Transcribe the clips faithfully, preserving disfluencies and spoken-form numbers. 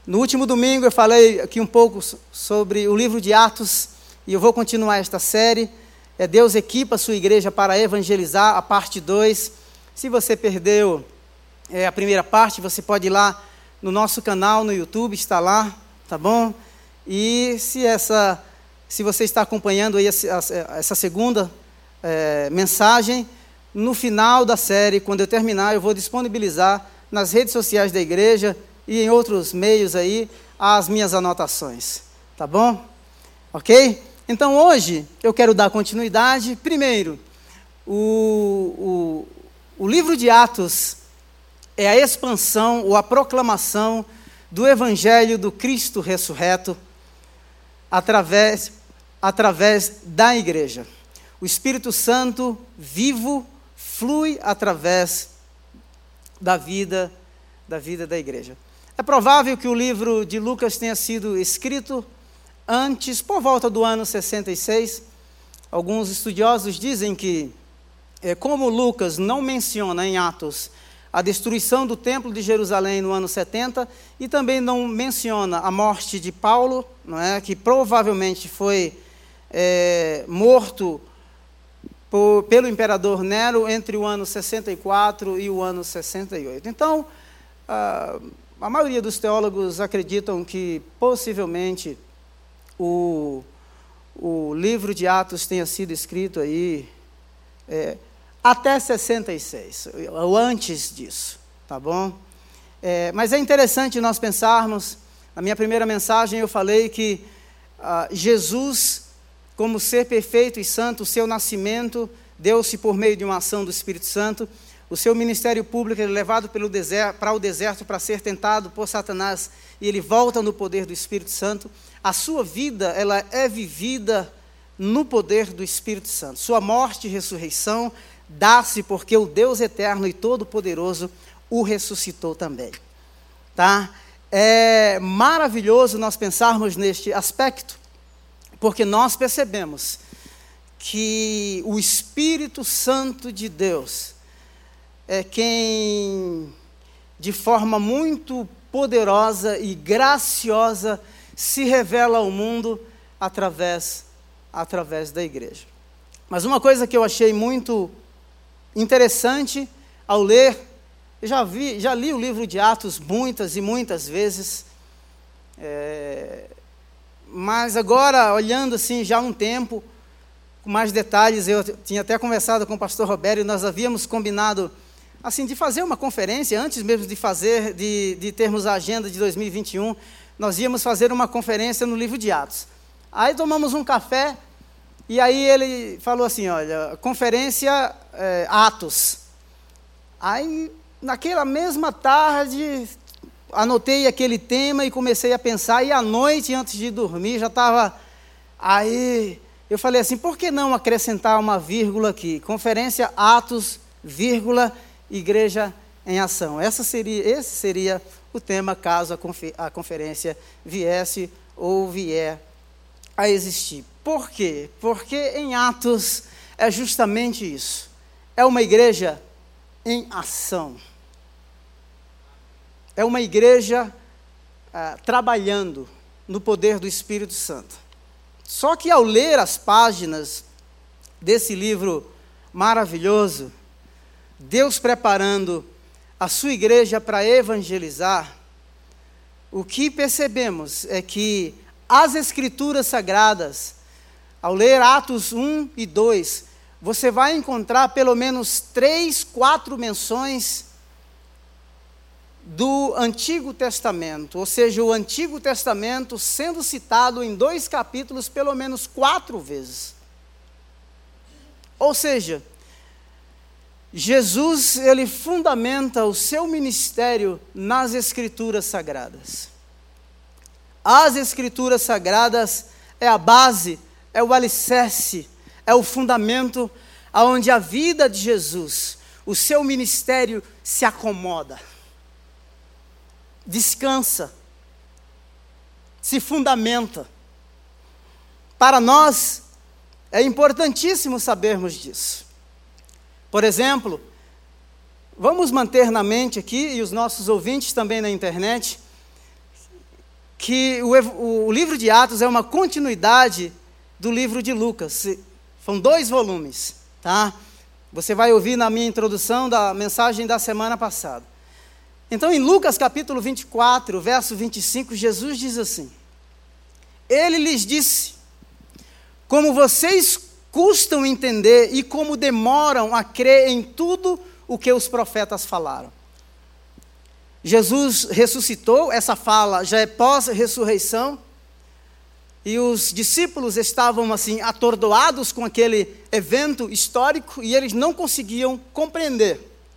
No último domingo eu falei aqui um pouco sobre o livro de Atos, e eu vou continuar esta série. É Deus equipa a sua igreja para evangelizar, a parte dois. Se você perdeu é, a primeira parte, você pode ir lá no nosso canal no YouTube, está lá, tá bom? E se, essa, se você está acompanhando aí essa, essa segunda é, mensagem, no final da série, quando eu terminar, eu vou disponibilizar nas redes sociais da igreja e em outros meios aí, as minhas anotações, tá bom? Ok? Então hoje, eu quero dar continuidade. Primeiro, o, o, o livro de Atos é a expansão ou a proclamação do Evangelho do Cristo ressurreto através, através da igreja. O Espírito Santo vivo flui através da vida, da vida da igreja. É provável que o livro de Lucas tenha sido escrito antes, por volta do ano sessenta e seis. Alguns estudiosos dizem que, é, como Lucas não menciona em Atos a destruição do templo de Jerusalém no ano setenta, e também não menciona a morte de Paulo, não é, que provavelmente foi é, morto por, pelo imperador Nero entre o ano sessenta e quatro e o ano sessenta e oito. Então, a, a maioria dos teólogos acreditam que possivelmente o, o livro de Atos tenha sido escrito aí é, até sessenta e seis, ou antes disso, tá bom? É, mas é interessante nós pensarmos. Na minha primeira mensagem eu falei que ah, Jesus, como ser perfeito e santo, o seu nascimento deu-se por meio de uma ação do Espírito Santo. O seu ministério público é levado pelo deserto, para o deserto para ser tentado por Satanás, e ele volta no poder do Espírito Santo. A sua vida, ela é vivida no poder do Espírito Santo. Sua morte e ressurreição dá-se porque o Deus eterno e todo-poderoso o ressuscitou também. Tá? É maravilhoso nós pensarmos neste aspecto, porque nós percebemos que o Espírito Santo de Deus é quem, de forma muito poderosa e graciosa, se revela ao mundo através, através da igreja. Mas uma coisa que eu achei muito interessante ao ler, eu já, vi, já li o livro de Atos muitas e muitas vezes, é, mas agora, olhando assim já há um tempo, com mais detalhes, eu tinha até conversado com o pastor Roberto, e nós havíamos combinado assim, de fazer uma conferência, antes mesmo de fazer, de, de termos a agenda de dois mil e vinte e um, nós íamos fazer uma conferência no livro de Atos. Aí tomamos um café, e aí ele falou assim, olha, conferência é, Atos. Aí, naquela mesma tarde, anotei aquele tema e comecei a pensar, e à noite, antes de dormir, já estava... Aí, eu falei assim, por que não acrescentar uma vírgula aqui? Conferência Atos, vírgula, Igreja em Ação. Essa seria, esse seria o tema caso a, confer, a conferência viesse ou vier a existir. Por quê? Porque em Atos é justamente isso. É uma igreja em ação. É uma igreja ah, trabalhando no poder do Espírito Santo. Só que ao ler as páginas desse livro maravilhoso, Deus preparando a sua igreja para evangelizar, o que percebemos é que as Escrituras Sagradas, ao ler Atos um e dois, você vai encontrar pelo menos três, quatro menções do Antigo Testamento, ou seja, o Antigo Testamento sendo citado em dois capítulos pelo menos quatro vezes. Ou seja, Jesus, ele fundamenta o seu ministério nas Escrituras Sagradas. As Escrituras Sagradas é a base, é o alicerce, é o fundamento aonde a vida de Jesus, o seu ministério se acomoda, descansa, se fundamenta. Para nós, é importantíssimo sabermos disso. Por exemplo, vamos manter na mente aqui, e os nossos ouvintes também na internet, que o, o livro de Atos é uma continuidade do livro de Lucas. São dois volumes, tá? Você vai ouvir na minha introdução da mensagem da semana passada. Então, em Lucas capítulo vinte e quatro, verso vinte e cinco, Jesus diz assim: Ele lhes disse: como vocês custam entender e como demoram a crer em tudo o que os profetas falaram. Jesus ressuscitou, essa fala já é pós-ressurreição, e os discípulos estavam assim atordoados com aquele evento histórico e eles não conseguiam compreender.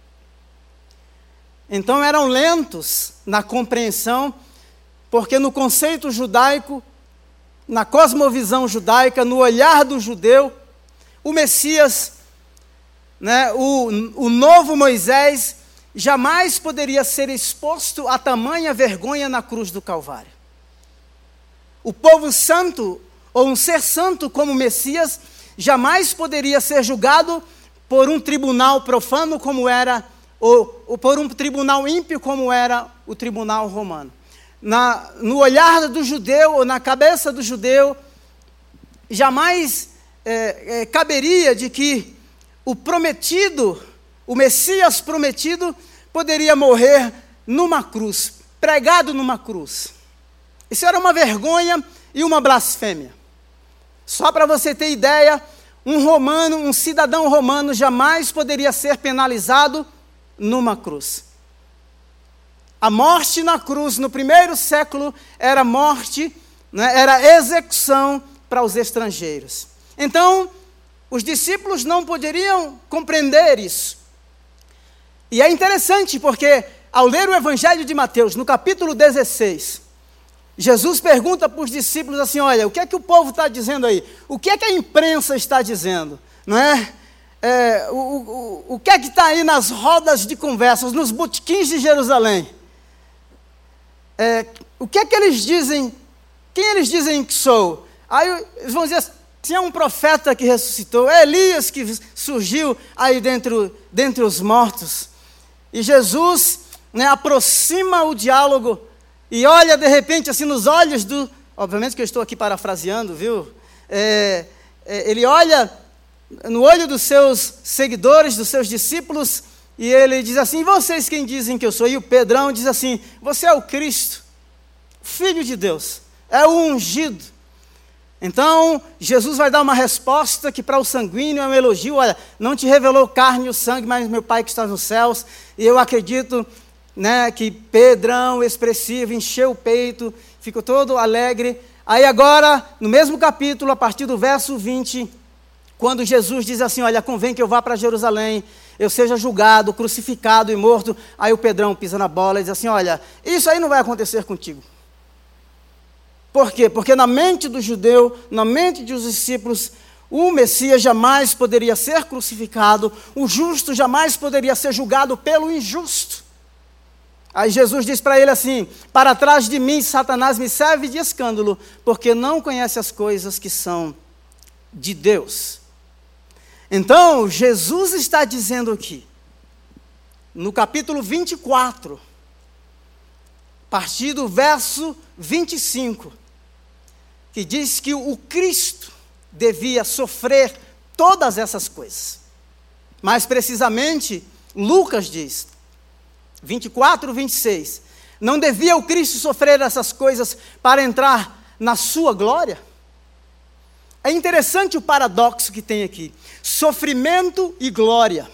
Então eram lentos na compreensão, porque no conceito judaico, na cosmovisão judaica, no olhar do judeu, o Messias, né, o, o novo Moisés, jamais poderia ser exposto a tamanha vergonha na cruz do Calvário. O povo santo, ou um ser santo como Messias, jamais poderia ser julgado por um tribunal profano como era, ou, ou por um tribunal ímpio como era o tribunal romano. Na, no olhar do judeu, ou na cabeça do judeu, jamais é, é, caberia de que o prometido, o Messias prometido, poderia morrer numa cruz, pregado numa cruz. Isso era uma vergonha e uma blasfêmia. Só para você ter ideia, um romano, um cidadão romano jamais poderia ser penalizado numa cruz. A morte na cruz, no primeiro século, era morte, né, era execução para os estrangeiros. Então, os discípulos não poderiam compreender isso. E é interessante porque, ao ler o Evangelho de Mateus, no capítulo dezesseis, Jesus pergunta para os discípulos assim: olha, o que é que o povo está dizendo aí? O que é que a imprensa está dizendo? Não é? É, o, o, o que é que está aí nas rodas de conversas, nos botequins de Jerusalém? É, o que é que eles dizem? Quem eles dizem que sou? Aí eles vão dizer: tinha um profeta que ressuscitou, é Elias que surgiu aí dentro, dentre os mortos. E Jesus, né, aproxima o diálogo e olha de repente assim nos olhos do... Obviamente que eu estou aqui parafraseando, viu? É, é, ele olha no olho dos seus seguidores, dos seus discípulos, e ele diz assim: e vocês quem dizem que eu sou? E o Pedrão diz assim: você é o Cristo, Filho de Deus, é o ungido. Então, Jesus vai dar uma resposta que para o sanguíneo é um elogio. Olha, não te revelou carne e o sangue, mas meu Pai que está nos céus. E eu acredito, né, que Pedrão, expressivo, encheu o peito, ficou todo alegre. Aí agora, no mesmo capítulo, a partir do verso vinte, quando Jesus diz assim: olha, convém que eu vá para Jerusalém, eu seja julgado, crucificado e morto. Aí o Pedrão pisa na bola e diz assim: olha, isso aí não vai acontecer contigo. Por quê? Porque na mente do judeu, na mente dos discípulos, o Messias jamais poderia ser crucificado, o justo jamais poderia ser julgado pelo injusto. Aí Jesus diz para ele assim: para trás de mim, Satanás, me serve de escândalo, porque não conhece as coisas que são de Deus. Então, Jesus está dizendo aqui, no capítulo vinte e quatro, a partir do verso vinte e cinco, que diz que o Cristo devia sofrer todas essas coisas. Mais precisamente, Lucas diz, vinte e quatro, vinte e seis, não devia o Cristo sofrer essas coisas para entrar na sua glória? É interessante o paradoxo que tem aqui, sofrimento e glória.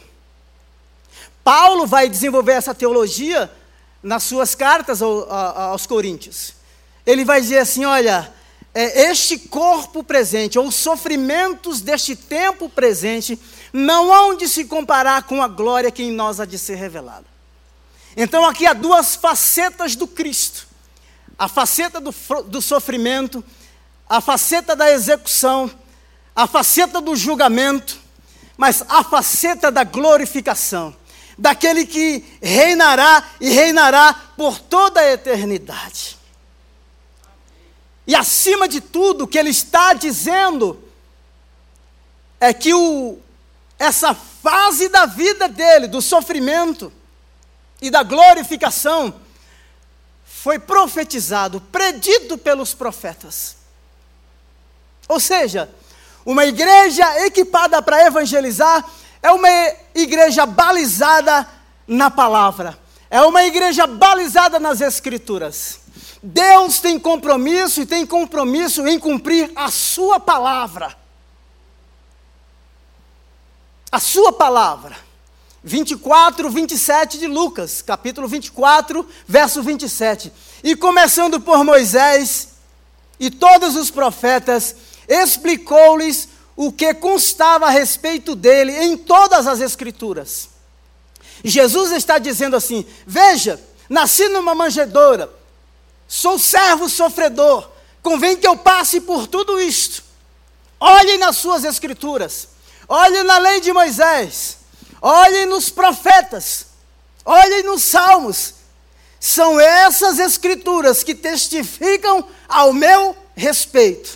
Paulo vai desenvolver essa teologia nas suas cartas aos Coríntios. Ele vai dizer assim: olha, é, este corpo presente, ou os sofrimentos deste tempo presente, não hão de se comparar com a glória que em nós há de ser revelada. Então aqui há duas facetas do Cristo: a faceta do, do sofrimento, a faceta da execução, a faceta do julgamento, mas a faceta da glorificação, daquele que reinará e reinará por toda a eternidade. E acima de tudo, o que ele está dizendo é que o, essa fase da vida dele, do sofrimento e da glorificação, foi profetizado, predito pelos profetas. Ou seja, uma igreja equipada para evangelizar é uma igreja balizada na palavra. É uma igreja balizada nas Escrituras. Deus tem compromisso e tem compromisso em cumprir a sua palavra. A sua palavra. vinte e quatro, vinte e sete de Lucas, capítulo vinte e quatro, verso vinte e sete. E começando por Moisés e todos os profetas, explicou-lhes o que constava a respeito dele em todas as Escrituras. Jesus está dizendo assim: veja, nasci numa manjedoura, sou servo sofredor, convém que eu passe por tudo isto. Olhem nas suas Escrituras, olhem na lei de Moisés, olhem nos profetas, olhem nos salmos. São essas Escrituras que testificam ao meu respeito.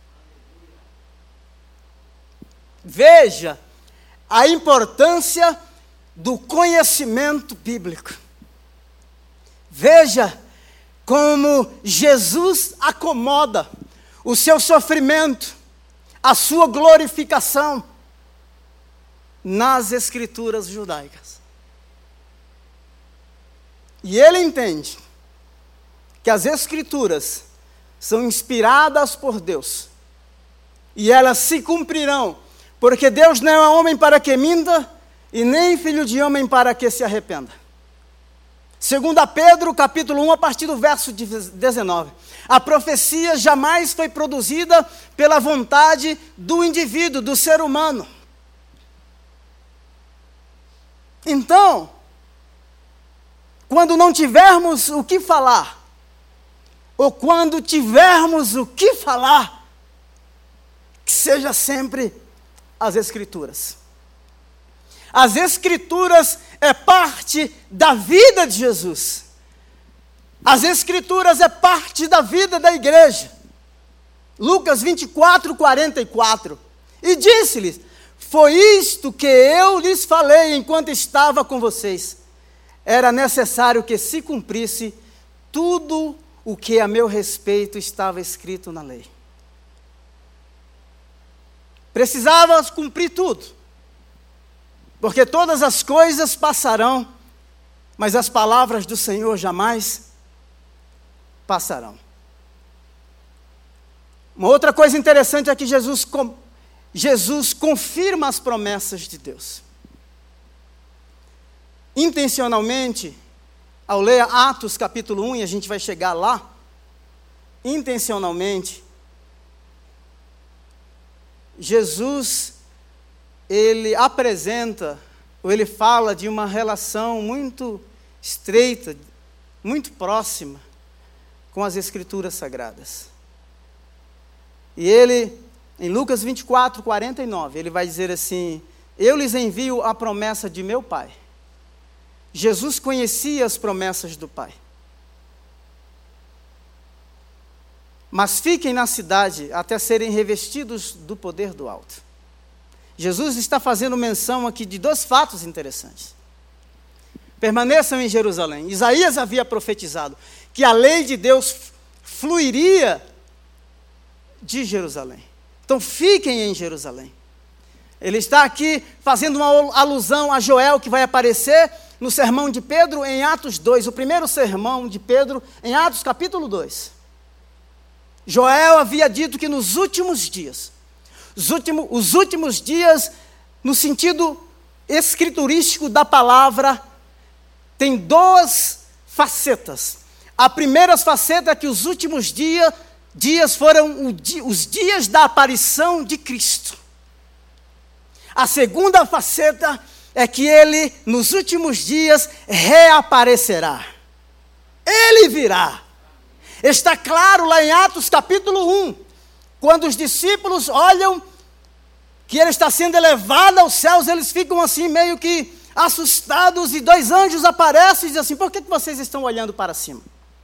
Veja a importância do conhecimento bíblico. Veja como Jesus acomoda o seu sofrimento, a sua glorificação nas Escrituras judaicas. E ele entende que as Escrituras são inspiradas por Deus e elas se cumprirão, porque Deus não é homem para que minta e nem filho de homem para que se arrependa. Segundo Pedro, capítulo um, a partir do verso dezenove. A profecia jamais foi produzida pela vontade do indivíduo, do ser humano. Então, quando não tivermos o que falar, ou quando tivermos o que falar, que seja sempre as Escrituras. As Escrituras é parte da vida de Jesus. As Escrituras é parte da vida da igreja. Lucas vinte e quatro, quarenta e quatro. E disse-lhes: foi isto que eu lhes falei enquanto estava com vocês. Era necessário que se cumprisse tudo o que a meu respeito estava escrito na lei. Precisava cumprir tudo, porque todas as coisas passarão, mas as palavras do Senhor jamais passarão. Uma outra coisa interessante é que Jesus, Jesus confirma as promessas de Deus. Intencionalmente, ao ler Atos capítulo um, e a gente vai chegar lá, intencionalmente, Jesus, ele apresenta, ou ele fala de uma relação muito estreita, muito próxima com as Escrituras Sagradas. E ele, em Lucas vinte e quatro, quarenta e nove, ele vai dizer assim: eu lhes envio a promessa de meu Pai. Jesus conhecia as promessas do Pai. Mas fiquem na cidade até serem revestidos do poder do alto. Jesus está fazendo menção aqui de dois fatos interessantes. Permaneçam em Jerusalém. Isaías havia profetizado que a lei de Deus fluiria de Jerusalém. Então fiquem em Jerusalém. Ele está aqui fazendo uma alusão a Joel, que vai aparecer no sermão de Pedro em Atos dois, o primeiro sermão de Pedro em Atos capítulo dois. Joel havia dito que nos últimos dias, os últimos, os últimos dias, no sentido escriturístico da palavra, tem duas facetas. A primeira faceta é que os últimos dia, dias foram o di, os dias da aparição de Cristo. A segunda faceta é que ele, nos últimos dias, reaparecerá. Ele virá. Está claro lá em Atos capítulo um, quando os discípulos olham que ele está sendo elevado aos céus, eles ficam assim meio que assustados, e dois anjos aparecem e dizem assim: por que, que vocês estão olhando para cima?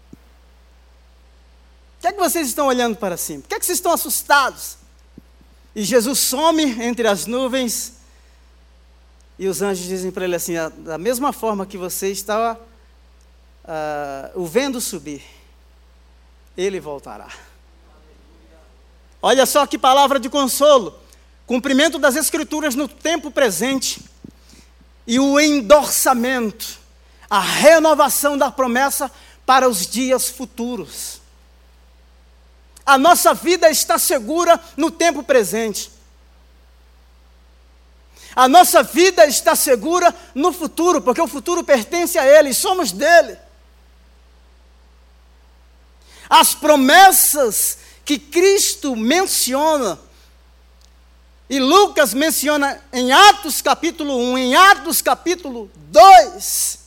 Por que, que vocês estão olhando para cima? Por que, que vocês estão assustados? E Jesus some entre as nuvens, e os anjos dizem para ele assim: da mesma forma que você estava uh, o vento subir, ele voltará. Olha só que palavra de consolo. Cumprimento das Escrituras no tempo presente e o endossamento, a renovação da promessa para os dias futuros. A nossa vida está segura no tempo presente. A nossa vida está segura no futuro, porque o futuro pertence a Ele, somos dele. As promessas que Cristo menciona, e Lucas menciona em Atos capítulo um, em Atos capítulo dois,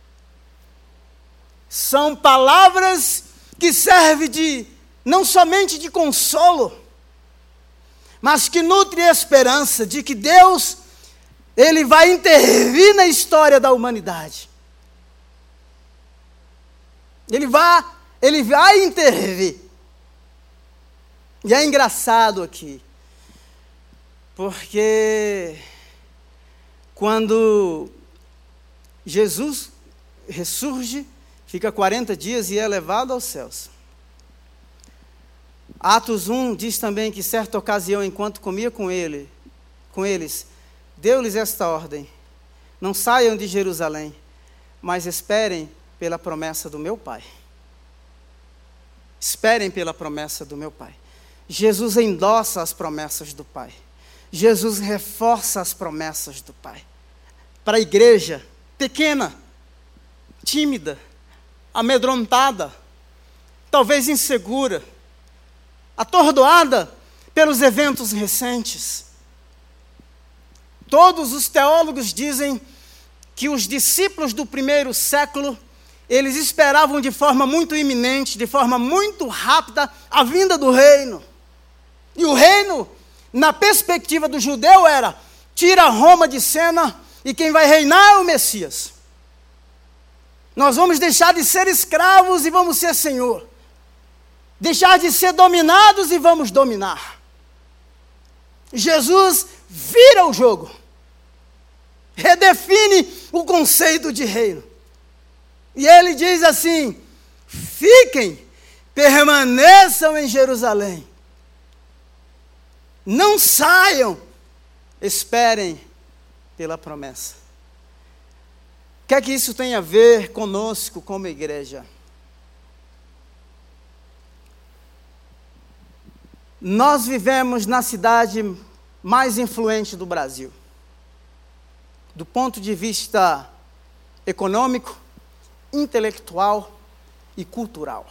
são palavras que servem de, não somente de consolo, mas que nutre esperança de que Deus, Ele vai intervir na história da humanidade. Ele vai, Ele vai intervir. E é engraçado aqui, porque quando Jesus ressurge, fica quarenta dias e é levado aos céus. Atos um diz também que certa ocasião, enquanto comia com ele, com eles, deu-lhes esta ordem: não saiam de Jerusalém, mas esperem pela promessa do meu Pai. Esperem pela promessa do meu Pai. Jesus endossa as promessas do Pai. Jesus reforça as promessas do Pai. Para a igreja pequena, tímida, amedrontada, talvez insegura, atordoada pelos eventos recentes. Todos os teólogos dizem que os discípulos do primeiro século, eles esperavam de forma muito iminente, de forma muito rápida, a vinda do reino. E o reino, na perspectiva do judeu, era: tira Roma de cena e quem vai reinar é o Messias. Nós vamos deixar de ser escravos e vamos ser senhor. Deixar de ser dominados e vamos dominar. Jesus vira o jogo. Redefine o conceito de reino. E ele diz assim: fiquem, permaneçam em Jerusalém. Não saiam, esperem pela promessa. O que é que isso tem a ver conosco como igreja? Nós vivemos na cidade mais influente do Brasil, do ponto de vista econômico, intelectual e cultural.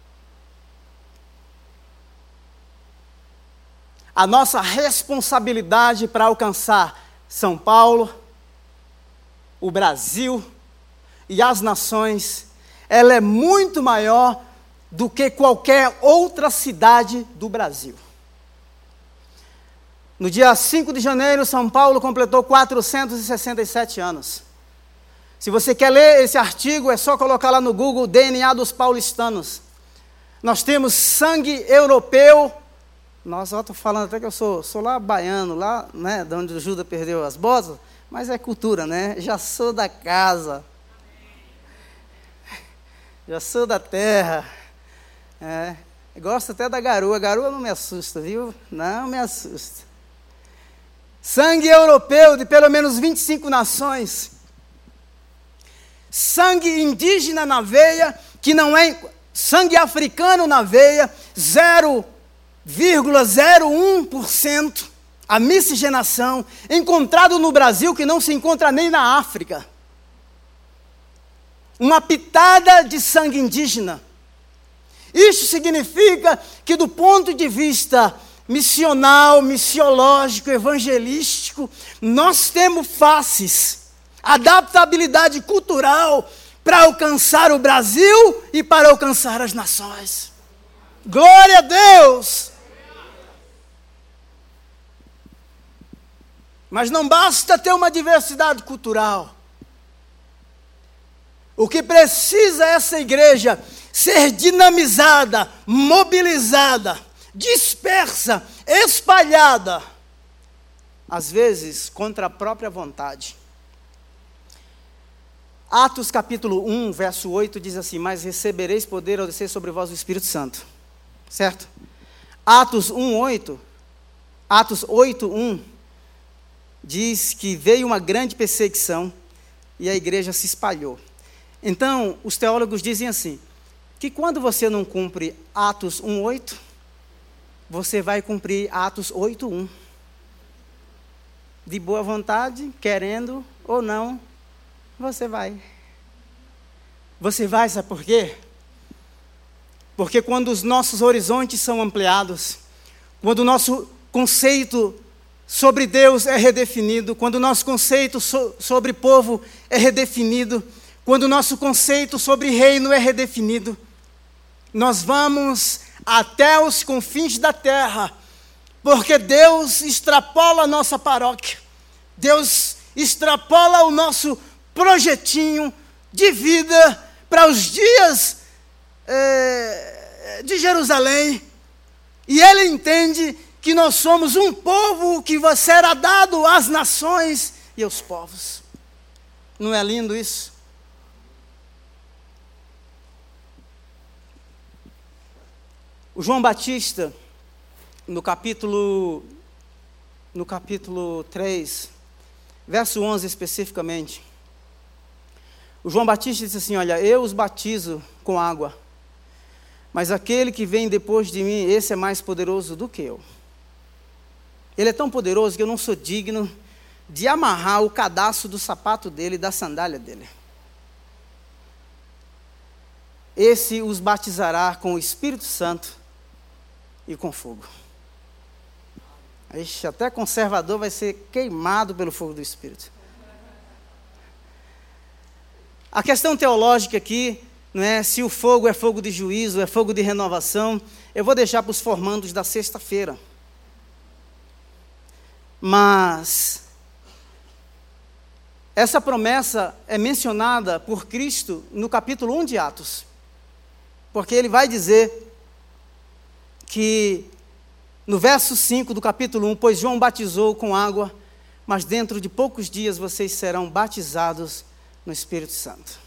A nossa responsabilidade para alcançar São Paulo, o Brasil e as nações, ela é muito maior do que qualquer outra cidade do Brasil. No dia cinco de janeiro, São Paulo completou quatrocentos e sessenta e sete anos. Se você quer ler esse artigo, é só colocar lá no Google D N A dos paulistanos. Nós temos sangue europeu. Nossa, eu estou falando até que eu sou, sou lá baiano, lá, né, de onde o Judas perdeu as botas, mas é cultura, né? Já sou da casa. Já sou da terra. É, gosto até da garoa. A garoa não me assusta, viu? Não me assusta. Sangue europeu de pelo menos vinte e cinco nações. Sangue indígena na veia, que não é... Sangue africano na veia, zero vírgula zero um por cento. A miscigenação, encontrado no Brasil, que não se encontra nem na África. Uma pitada de sangue indígena. Isso significa que, do ponto de vista missional, missiológico, evangelístico, nós temos faces, adaptabilidade cultural para alcançar o Brasil e para alcançar as nações. Glória a Deus! Mas não basta ter uma diversidade cultural. O que precisa é essa igreja ser dinamizada, mobilizada, dispersa, espalhada, às vezes contra a própria vontade. Atos capítulo um, verso oito, diz assim: mas recebereis poder ao descer sobre vós o Espírito Santo. Certo? Atos um, oito, Atos oito, um, diz que veio uma grande perseguição e a igreja se espalhou. Então, os teólogos dizem assim, que quando você não cumpre Atos um, oito, você vai cumprir Atos oito, um. De boa vontade, querendo ou não, você vai. Você vai, sabe por quê? Porque quando os nossos horizontes são ampliados, quando o nosso conceito sobre Deus é redefinido, quando o nosso conceito so, sobre povo é redefinido, quando o nosso conceito sobre reino é redefinido, nós vamos até os confins da terra, porque Deus extrapola a nossa paróquia, Deus extrapola o nosso projetinho de vida para os dias é, de Jerusalém, e Ele entende que nós somos um povo que será dado às nações e aos povos. Não é lindo isso? O João Batista, no capítulo, no capítulo três, verso onze especificamente, o João Batista disse assim, olha, eu os batizo com água, mas aquele que vem depois de mim, esse é mais poderoso do que eu. Ele é tão poderoso que eu não sou digno de amarrar o cadarço do sapato dele e da sandália dele. Esse os batizará com o Espírito Santo e com fogo. Ixi, até conservador vai ser queimado pelo fogo do Espírito. A questão teológica aqui, não é, se o fogo é fogo de juízo, é fogo de renovação, eu vou deixar para os formandos da sexta-feira. Mas essa promessa é mencionada por Cristo no capítulo um de Atos, porque ele vai dizer que no verso cinco do capítulo um, pois João batizou com água, mas dentro de poucos dias vocês serão batizados no Espírito Santo.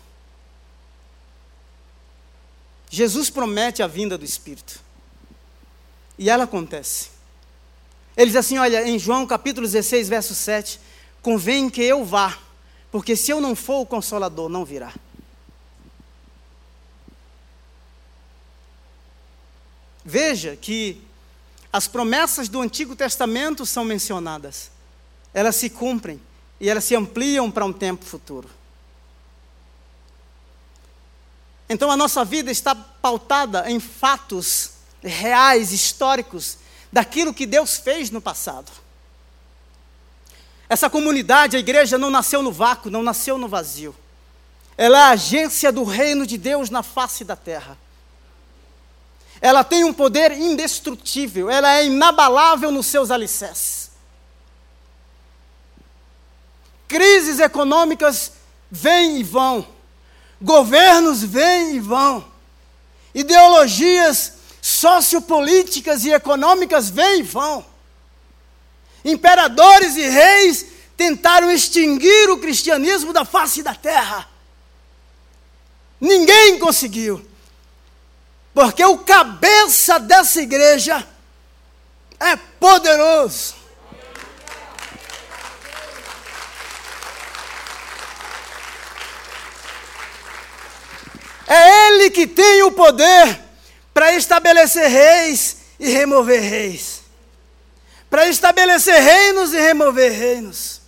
Jesus promete a vinda do Espírito, e ela acontece. Ele diz assim, olha, em João capítulo dezesseis, verso sete, convém que eu vá, porque se eu não for, o Consolador não virá. Veja que as promessas do Antigo Testamento são mencionadas, elas se cumprem e elas se ampliam para um tempo futuro. Então a nossa vida está pautada em fatos reais, históricos, daquilo que Deus fez no passado. Essa comunidade, a igreja, não nasceu no vácuo, não nasceu no vazio. Ela é a agência do reino de Deus na face da terra. Ela tem um poder indestrutível, ela é inabalável nos seus alicerces. Crises econômicas vêm e vão, governos vêm e vão, ideologias sociopolíticas e econômicas vêm e vão. Imperadores e reis tentaram extinguir o cristianismo da face da terra. Ninguém conseguiu. Porque o cabeça dessa igreja é poderoso. É Ele que tem o poder para estabelecer reis e remover reis. Para estabelecer reinos e remover reinos.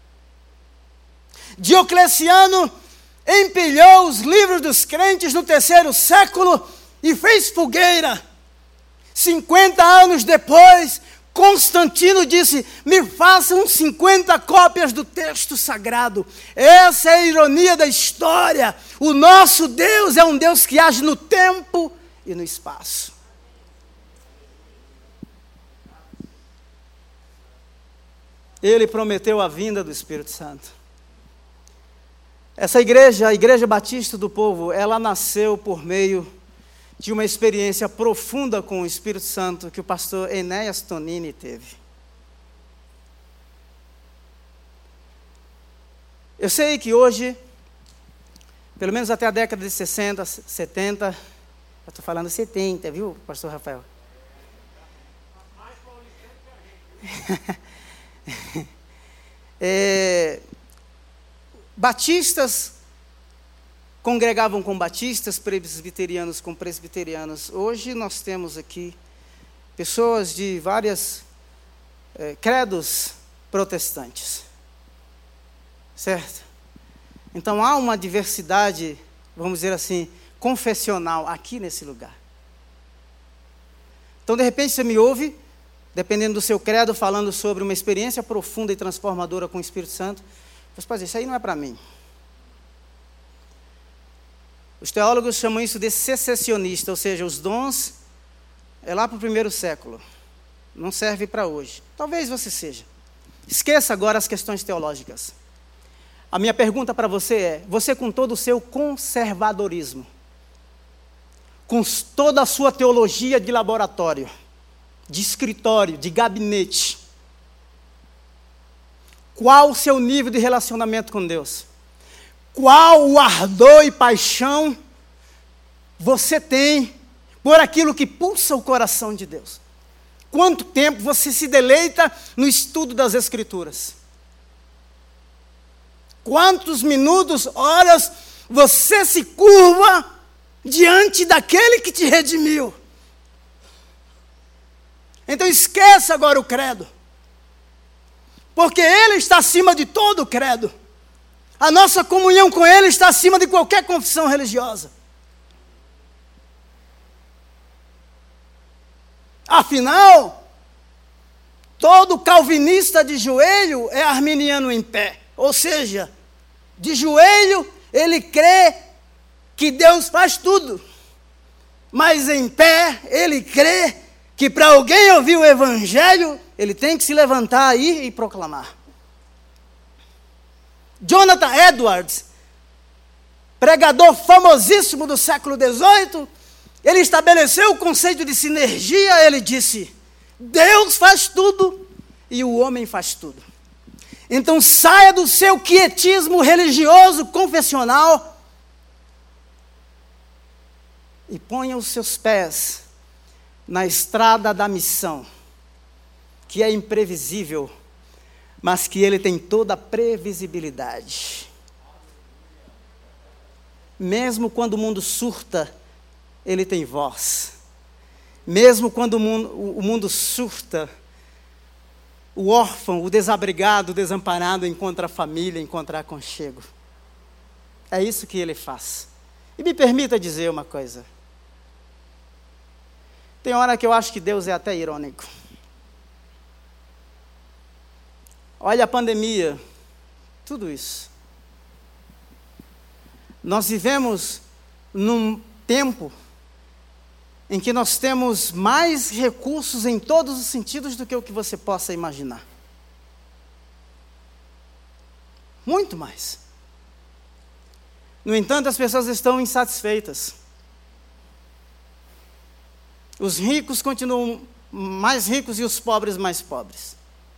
Diocleciano empilhou os livros dos crentes no terceiro século e fez fogueira. cinquenta anos depois, Constantino disse, me façam cinquenta cópias do texto sagrado. Essa é a ironia da história. O nosso Deus é um Deus que age no tempo e no espaço. Ele prometeu a vinda do Espírito Santo. Essa igreja, a Igreja Batista do Povo, ela nasceu por meio de uma experiência profunda com o Espírito Santo que o pastor Enéas Tonini teve. Eu sei que hoje pelo menos até a década de sessenta, setenta, eu estou falando setenta, viu, pastor Rafael? é, batistas congregavam com batistas, presbiterianos com presbiterianos. Hoje nós temos aqui pessoas de várias é, credos protestantes, certo? Então há uma diversidade, vamos dizer assim, confessional aqui nesse lugar. Então de repente você me ouve, dependendo do seu credo, falando sobre uma experiência profunda e transformadora com o Espírito Santo, você pode dizer, isso aí não é para mim. Os teólogos chamam isso de secessionista, ou seja, os dons é lá para o primeiro século, não serve para hoje. Talvez você seja. Esqueça agora as questões teológicas. A minha pergunta para você é, você com todo o seu conservadorismo, com toda a sua teologia de laboratório, de escritório, de gabinete, qual o seu nível de relacionamento com Deus? Qual o ardor e paixão você tem por aquilo que pulsa o coração de Deus? Quanto tempo você se deleita no estudo das Escrituras? Quantos minutos, horas, você se curva diante daquele que te redimiu? Então esqueça agora o credo, porque Ele está acima de todo o credo. A nossa comunhão com Ele está acima de qualquer confissão religiosa. Afinal, todo calvinista de joelho é arminiano em pé. Ou seja, de joelho ele crê que Deus faz tudo. Mas em pé ele crê que para alguém ouvir o Evangelho, ele tem que se levantar aí e proclamar. Jonathan Edwards, pregador famosíssimo do século dezoito, ele estabeleceu o conceito de sinergia. Ele disse, Deus faz tudo e o homem faz tudo. Então saia do seu quietismo religioso, confessional, e ponha os seus pés na estrada da missão, que é imprevisível, mas que ele tem toda a previsibilidade. Mesmo quando o mundo surta, ele tem voz. Mesmo quando o mundo, o mundo surta, o órfão, o desabrigado, o desamparado encontra a família, encontra aconchego. É isso que ele faz. E me permita dizer uma coisa. Tem hora que eu acho que Deus é até irônico. Olha a pandemia, tudo isso. Nós vivemos num tempo em que nós temos mais recursos em todos os sentidos do que o que você possa imaginar. Muito mais. No entanto, as pessoas estão insatisfeitas. Os ricos continuam mais ricos e os pobres mais pobres.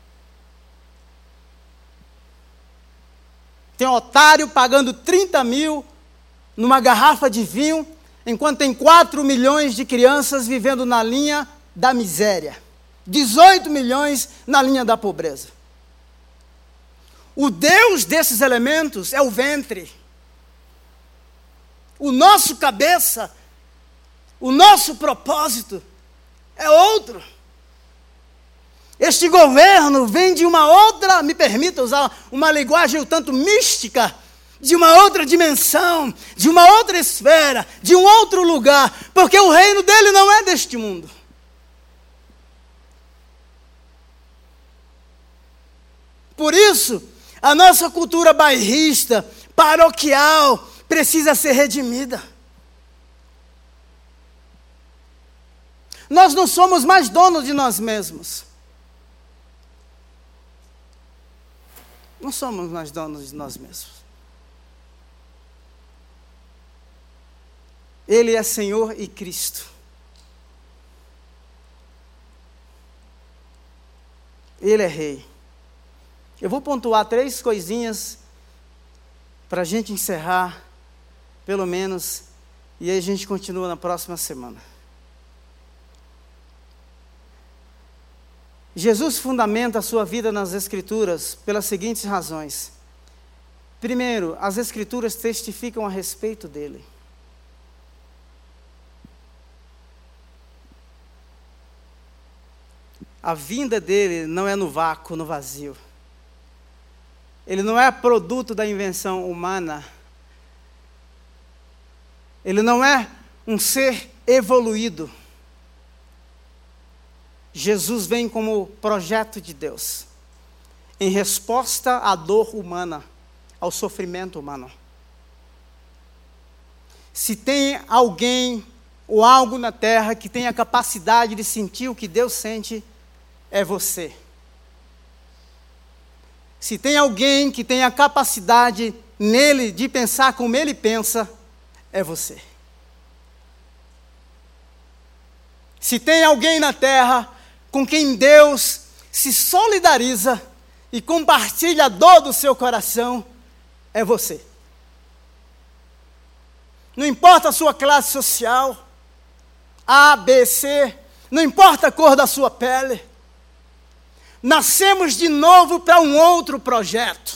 Tem otário pagando trinta mil numa garrafa de vinho, enquanto tem quatro milhões de crianças vivendo na linha da miséria. dezoito milhões na linha da pobreza. O Deus desses elementos é o ventre. O nosso cabeça, o nosso propósito é outro. Este governo vem de uma outra, me permita usar uma linguagem um tanto mística, de uma outra dimensão, de uma outra esfera, de um outro lugar, porque o reino dele não é deste mundo. Por isso, a nossa cultura bairrista, paroquial, precisa ser redimida. Nós não somos mais donos de nós mesmos. Não somos mais donos de nós mesmos. Ele é Senhor e Cristo. Ele é Rei. Eu vou pontuar três coisinhas para a gente encerrar pelo menos, e aí a gente continua na próxima semana. Jesus fundamenta a sua vida nas Escrituras pelas seguintes razões. Primeiro, as Escrituras testificam a respeito dele. A vinda dele não é no vácuo, no vazio. Ele não é produto da invenção humana. Ele não é um ser evoluído. Jesus vem como projeto de Deus, em resposta à dor humana, ao sofrimento humano. Se tem alguém ou algo na terra que tem a capacidade de sentir o que Deus sente, é você. Se tem alguém que tem a capacidade nele de pensar como ele pensa, é você. Se tem alguém na terra com quem Deus se solidariza e compartilha a dor do seu coração, é você. Não importa a sua classe social, A, B, C, não importa a cor da sua pele, nascemos de novo para um outro projeto.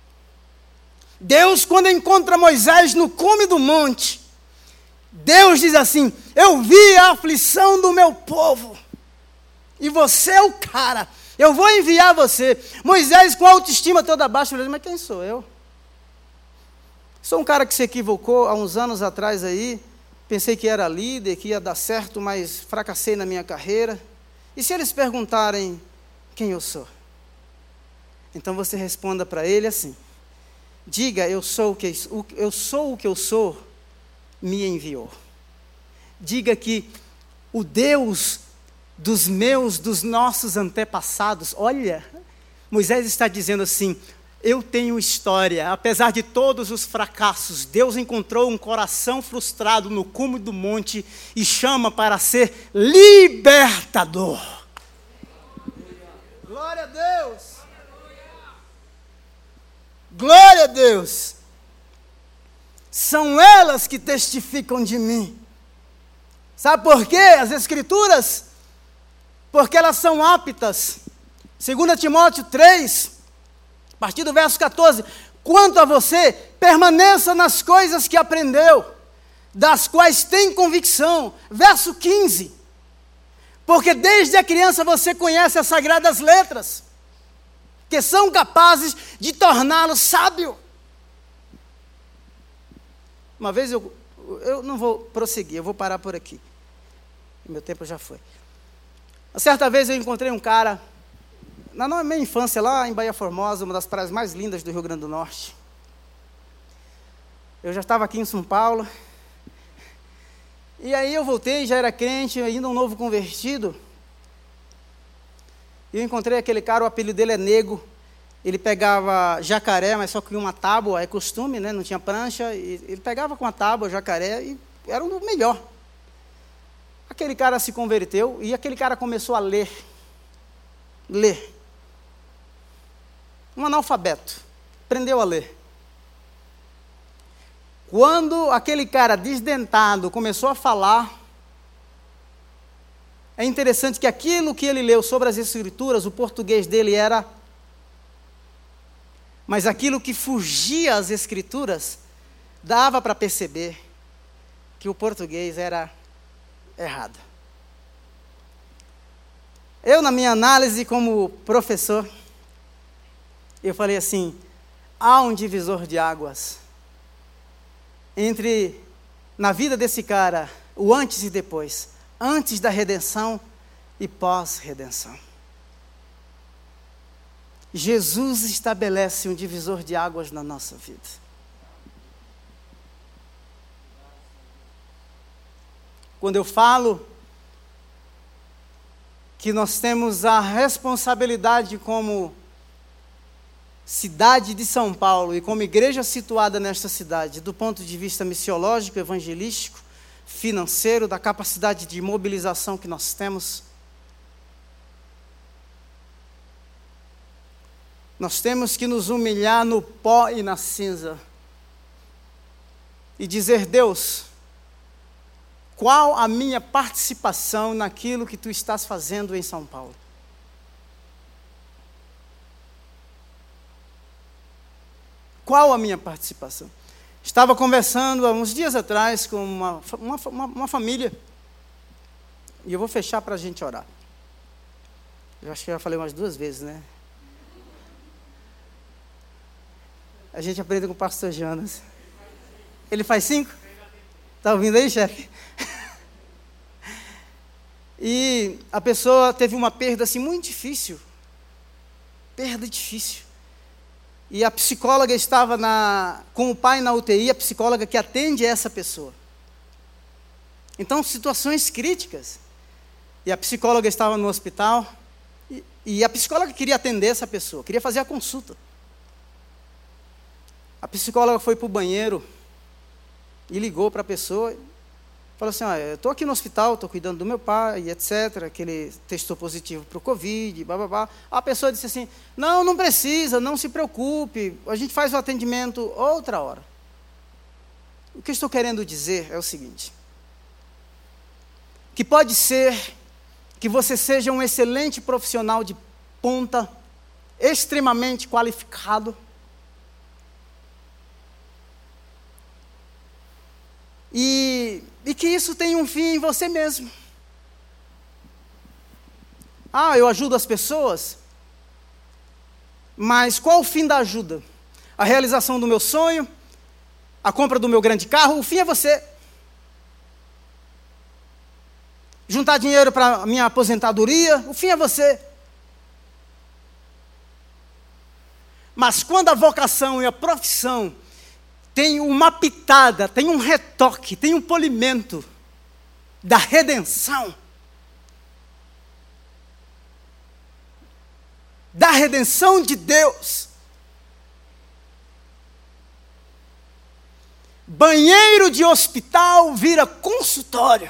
Deus, quando encontra Moisés no cume do monte, Deus diz assim: eu vi a aflição do meu povo, e você é o cara, eu vou enviar você. Moisés, com a autoestima toda baixa, falou: mas quem sou eu? Sou um cara que se equivocou há uns anos atrás aí, pensei que era líder, que ia dar certo, mas fracassei na minha carreira. E se eles perguntarem quem eu sou? Então você responda para ele assim: diga, eu sou o que eu sou, o que eu sou, me enviou. Diga que o Deus dos meus, dos nossos antepassados, olha, Moisés está dizendo assim: eu tenho história, apesar de todos os fracassos, Deus encontrou um coração frustrado no cume do monte e chama para ser libertador. Glória a Deus! Glória a Deus! São elas que testificam de mim. Sabe por quê? As Escrituras, porque elas são aptas. Segundo Timóteo três, a partir do verso catorze, quanto a você, permaneça nas coisas que aprendeu, das quais tem convicção. Verso quinze, porque desde a criança você conhece as sagradas letras, que são capazes de torná-lo sábio. Uma vez eu, eu não vou prosseguir, eu vou parar por aqui. Meu tempo já foi. Uma certa vez eu encontrei um cara, na minha infância, lá em Bahia Formosa, uma das praias mais lindas do Rio Grande do Norte. Eu já estava aqui em São Paulo. E aí eu voltei, já era crente, ainda um novo convertido. E eu encontrei aquele cara, o apelido dele é Nego. Ele pegava jacaré, mas só com uma tábua, é costume, né? Não tinha prancha. E ele pegava com a tábua, jacaré, e era o melhor. Aquele cara se converteu e aquele cara começou a ler. Ler. Um analfabeto. Aprendeu a ler. Quando aquele cara desdentado começou a falar, é interessante que aquilo que ele leu sobre as Escrituras, o português dele era... Mas aquilo que fugia às Escrituras, dava para perceber que o português era errado. Eu, na minha análise como professor, eu falei assim: há um divisor de águas entre, na vida desse cara, o antes e depois, antes da redenção e pós-redenção. Jesus estabelece um divisor de águas na nossa vida. Quando eu falo que nós temos a responsabilidade como cidade de São Paulo e como igreja situada nesta cidade, do ponto de vista missiológico, evangelístico, financeiro, da capacidade de mobilização que nós temos, nós temos que nos humilhar no pó e na cinza. e dizer: Deus, qual a minha participação naquilo que tu estás fazendo em São Paulo? Qual a minha participação? Estava conversando há uns dias atrás com uma, uma, uma, uma família, e eu vou fechar para a gente orar. Eu acho que eu já falei umas duas vezes, né? A gente aprende com o pastor Jonas. Ele faz cinco? Está ouvindo aí, chefe? E a pessoa teve uma perda assim muito difícil. Perda difícil. E a psicóloga estava na, com o pai na U T I, a psicóloga que atende essa pessoa. Então, situações críticas. E a psicóloga estava no hospital, e, e a psicóloga queria atender essa pessoa, queria fazer a consulta. A psicóloga foi para o banheiro e ligou para a pessoa, falou assim: olha, eu estou aqui no hospital, estou cuidando do meu pai, etcétera, que ele testou positivo para o Covid, blá, blá, blá. A pessoa disse assim: não, não precisa, não se preocupe, a gente faz o atendimento outra hora. O que eu estou querendo dizer é o seguinte: que pode ser que você seja um excelente profissional de ponta, extremamente qualificado, E, e que isso tem um fim em você mesmo. Ah, eu ajudo as pessoas, mas qual o fim da ajuda? A realização do meu sonho? A compra do meu grande carro? O fim é você. Juntar dinheiro para a minha aposentadoria? O fim é você. Mas quando a vocação e a profissão tem uma pitada, tem um retoque, tem um polimento da redenção, da redenção de Deus, banheiro de hospital vira consultório.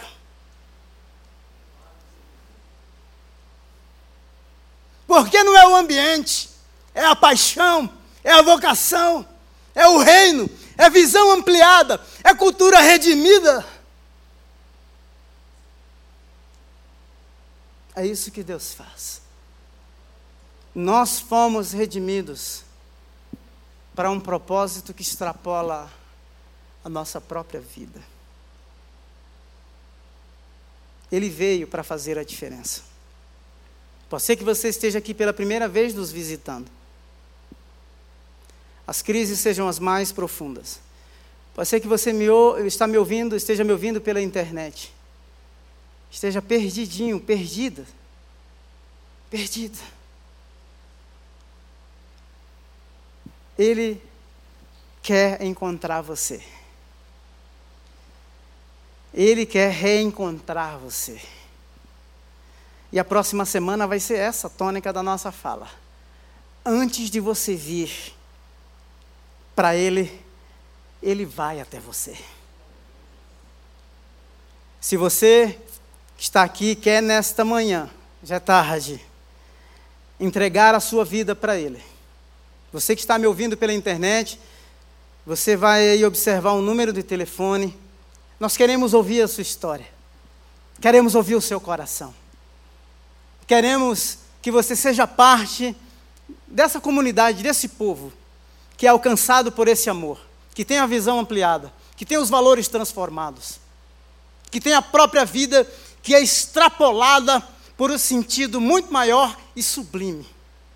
Porque não é o ambiente, é a paixão, é a vocação, é o reino, é visão ampliada, é cultura redimida. É isso que Deus faz. Nós fomos redimidos para um propósito que extrapola a nossa própria vida. Ele veio para fazer a diferença. Pode ser que você esteja aqui pela primeira vez nos visitando. As crises sejam as mais profundas. Pode ser que você me, está me ouvindo, esteja me ouvindo pela internet. Esteja perdidinho, perdida. Perdida. Ele quer encontrar você. Ele quer reencontrar você. E a próxima semana vai ser essa a tônica da nossa fala. Antes de você vir para Ele, Ele vai até você. Se você que está aqui quer nesta manhã, já é tarde, entregar a sua vida para Ele. Você que está me ouvindo pela internet, você vai aí observar um número de telefone. Nós queremos ouvir a sua história. Queremos ouvir o seu coração. Queremos que você seja parte dessa comunidade, desse povo, que é alcançado por esse amor, que tem a visão ampliada, que tem os valores transformados, que tem a própria vida que é extrapolada por um sentido muito maior e sublime.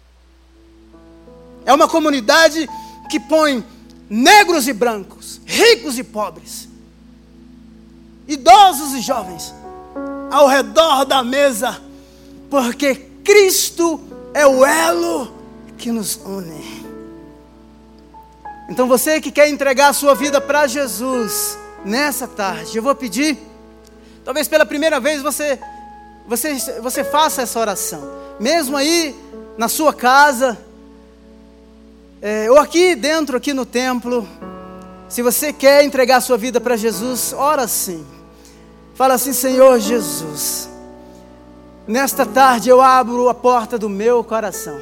É uma comunidade que põe negros e brancos, ricos e pobres, idosos e jovens, ao redor da mesa, porque Cristo é o elo que nos une. Então você que quer entregar a sua vida para Jesus nessa tarde, eu vou pedir, talvez pela primeira vez você, você, você faça essa oração, mesmo aí na sua casa, é, ou aqui dentro, aqui no templo. Se você quer entregar a sua vida para Jesus, ora assim, fala assim: Senhor Jesus, nesta tarde eu abro a porta do meu coração,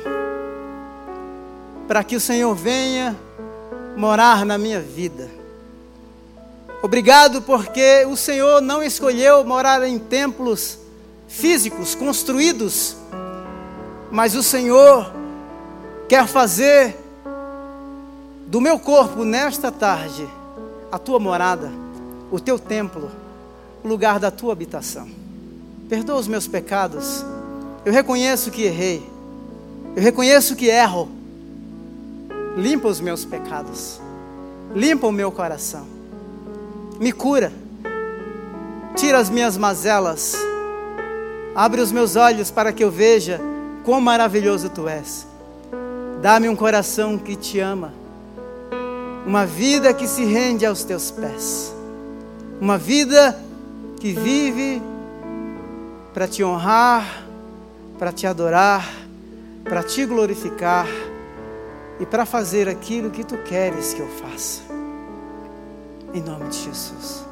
para que o Senhor venha morar na minha vida. Obrigado porque o Senhor não escolheu morar em templos físicos, construídos, mas o Senhor quer fazer do meu corpo nesta tarde a tua morada, o teu templo, o lugar da tua habitação. Perdoa os meus pecados. Eu reconheço que errei. Eu reconheço que erro. Limpa os meus pecados. Limpa o meu coração. Me cura. Tira as minhas mazelas. Abre os meus olhos para que eu veja quão maravilhoso tu és. Dá-me um coração que te ama. Uma vida que se rende aos teus pés. Uma vida que vive para te honrar, para te adorar, para te glorificar e para fazer aquilo que tu queres que eu faça. Em nome de Jesus.